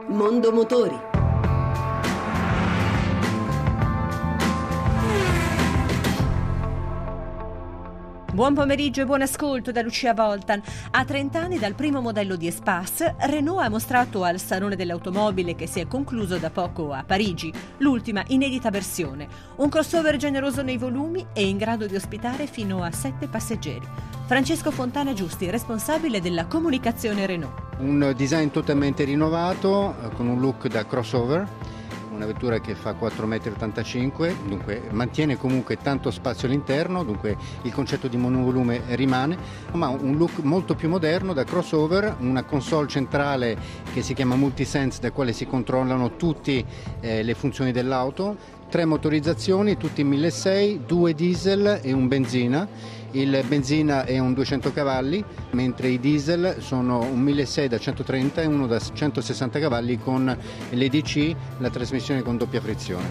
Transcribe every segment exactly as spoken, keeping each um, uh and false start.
Mondo Motori. Buon pomeriggio e buon ascolto da Lucia Voltan. A trenta anni dal primo modello di Espace, Renault ha mostrato al Salone dell'Automobile che si è concluso da poco a Parigi l'ultima inedita versione. Un crossover generoso nei volumi e in grado di ospitare fino a sette passeggeri. Francesco Fontana Giusti, responsabile della comunicazione Renault. Un design totalmente rinnovato, con un look da crossover. Una vettura che fa quattro virgola ottantacinque metri, dunque mantiene comunque tanto spazio all'interno, dunque il concetto di monovolume rimane, ma un look molto più moderno da crossover, una console centrale che si chiama Multisense, da quale si controllano tutte eh, le funzioni dell'auto, tre motorizzazioni, tutti milleseicento, due diesel e un benzina. Il benzina è un duecento cavalli, mentre i diesel sono un milleseicento da centotrenta e uno da centosessanta cavalli con l'E D C, la trasmissione con doppia frizione.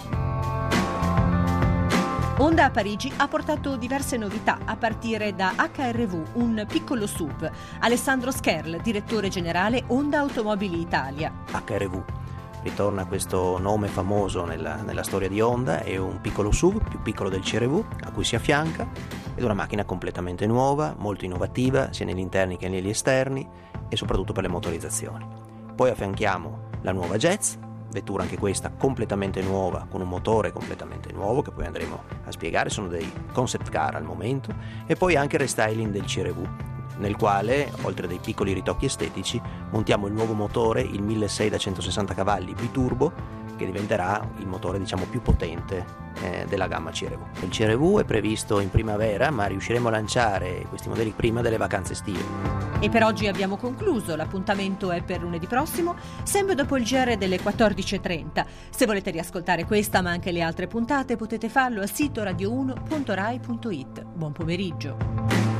Honda a Parigi ha portato diverse novità, a partire da H R V, un piccolo S U V. Alessandro Scherl, direttore generale Honda Automobili Italia. H R V. Ritorna questo nome famoso nella, nella storia di Honda, è un piccolo S U V, più piccolo del C R V, a cui si affianca, ed è una macchina completamente nuova, molto innovativa, sia negli interni che negli esterni, e soprattutto per le motorizzazioni. Poi affianchiamo la nuova Jazz, vettura anche questa completamente nuova, con un motore completamente nuovo, che poi andremo a spiegare, sono dei concept car al momento, e poi anche il restyling del C R V, nel quale, oltre dei piccoli ritocchi estetici, montiamo il nuovo motore, il milleseicento da centosessanta cavalli biturbo, che diventerà il motore diciamo più potente eh, della gamma C R V. Il C R V è previsto in primavera, ma riusciremo a lanciare questi modelli prima delle vacanze estive. E per oggi abbiamo concluso, l'appuntamento è per lunedì prossimo, sempre dopo il G R delle quattordici e trenta. Se volete riascoltare questa ma anche le altre puntate potete farlo al sito radio uno punto rai punto it. Buon pomeriggio.